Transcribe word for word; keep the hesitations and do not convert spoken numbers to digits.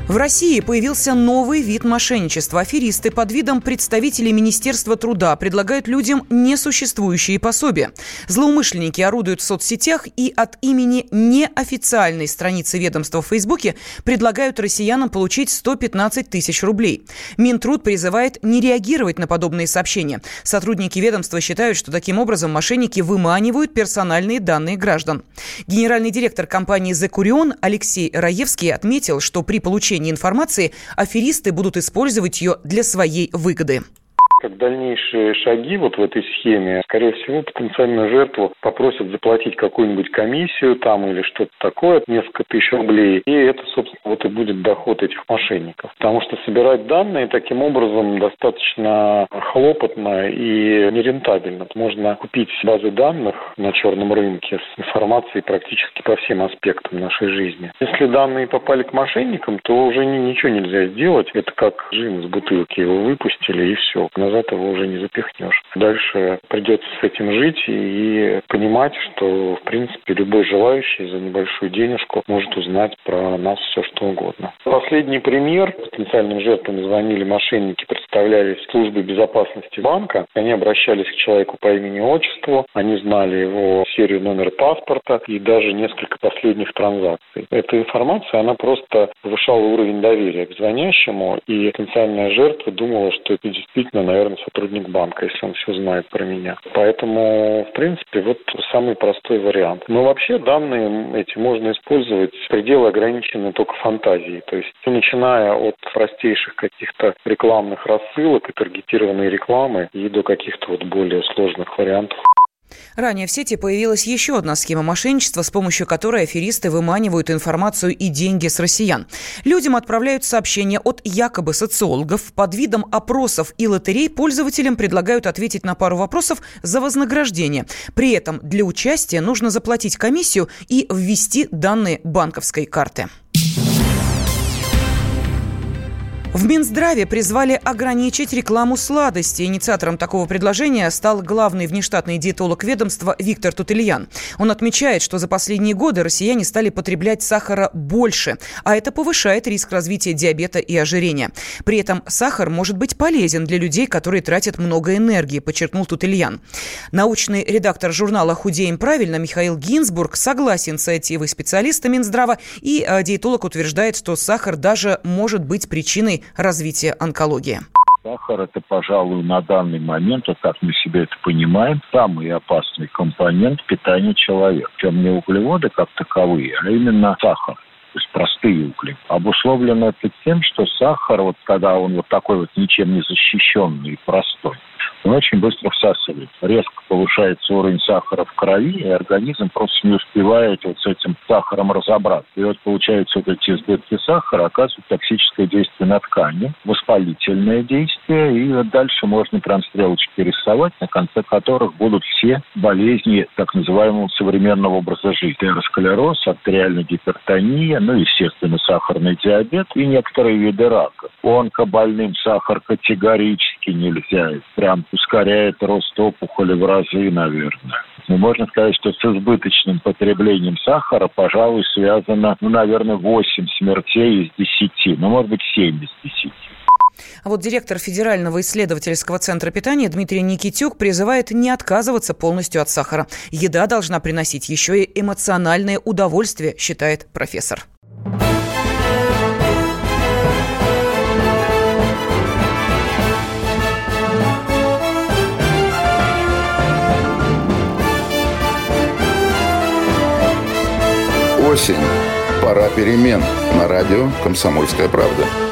В России появился новый вид мошенничества. Аферисты под видом представителей Министерства труда предлагают людям несуществующие пособия. Злоумышленники орудуют в соцсетях и от имени неофициальной страницы ведомства в Фейсбуке предлагают россиянам получить сто пятнадцать тысяч рублей. Минтруд призывает не реагировать на подобные сообщения. Сотрудники ведомства считают, что таким образом мошенники выманивают персональные данные граждан. Генеральный директор компании «The Curion» Алексей Раевский отметил, что при получении информации аферисты будут использовать ее для своей выгоды. Как дальнейшие шаги вот в этой схеме, скорее всего, потенциальную жертву попросят заплатить какую-нибудь комиссию там или что-то такое, несколько тысяч рублей, и это, собственно, вот и будет доход этих мошенников. Потому что собирать данные таким образом достаточно хлопотно и нерентабельно. Можно купить базы данных на черном рынке с информацией практически по всем аспектам нашей жизни. Если данные попали к мошенникам, то уже ничего нельзя сделать. Это как джин из бутылки, его выпустили и все. Назад его уже не запихнешь. Дальше придется с этим жить и понимать, что, в принципе, любой желающий за небольшую денежку может узнать про нас все, что угодно. Последний пример. Потенциальным жертвам звонили мошенники, представлялись службой безопасности банка. Они обращались к человеку по имени-отчеству. Они знали его серию, номер паспорта и даже несколько последних транзакций. Эта информация, она просто повышала уровень доверия к звонящему, и потенциальная жертва думала, что это действительно, наверное, сотрудник банка, если он все знает про меня. Поэтому, в принципе, вот самый простой вариант. Но вообще данные эти можно использовать, пределы ограничены только фантазией. То есть, начиная от простейших каких-то рекламных рассылок и таргетированной рекламы и до каких-то вот более сложных вариантов. Ранее в сети появилась еще одна схема мошенничества, с помощью которой аферисты выманивают информацию и деньги с россиян. Людям отправляют сообщения от якобы социологов. Под видом опросов и лотерей пользователям предлагают ответить на пару вопросов за вознаграждение. При этом для участия нужно заплатить комиссию и ввести данные банковской карты. В Минздраве призвали ограничить рекламу сладостей. Инициатором такого предложения стал главный внештатный диетолог ведомства Виктор Тутельян. Он отмечает, что за последние годы россияне стали потреблять сахара больше, а это повышает риск развития диабета и ожирения. При этом сахар может быть полезен для людей, которые тратят много энергии, подчеркнул Тутельян. Научный редактор журнала «Худеем правильно» Михаил Гинзбург согласен с инициативой специалиста Минздрава, и диетолог утверждает, что сахар даже может быть причиной развития онкологии. Сахар – это, пожалуй, на данный момент, вот как мы себе это понимаем, самый опасный компонент питания человека. Причем не углеводы как таковые, а именно сахар. То есть простые углеводы. Обусловлено это тем, что сахар, вот когда он вот такой вот ничем не защищенный и простой, он очень быстро всасывает. Резко повышается уровень сахара в крови, и организм просто не успевает вот с этим сахаром разобраться. И вот получается, вот эти избытки сахара оказывают токсическое действие на ткани, воспалительное действие, и вот дальше можно прям стрелочки рисовать, на конце которых будут все болезни так называемого современного образа жизни. Атеросклероз, артериальная гипертония, ну, естественно, сахарный диабет и некоторые виды рака. Онкобольным сахар категорически нельзя. Прям ускоряет рост опухоли в разы, наверное. Но можно сказать, что с избыточным потреблением сахара, пожалуй, связано, ну, наверное, восемь смертей из десяти, ну, может быть, семь из десяти. А вот директор Федерального исследовательского центра питания Дмитрий Никитюк призывает не отказываться полностью от сахара. Еда должна приносить еще и эмоциональное удовольствие, считает профессор. Осень. Пора перемен. На радио «Комсомольская правда».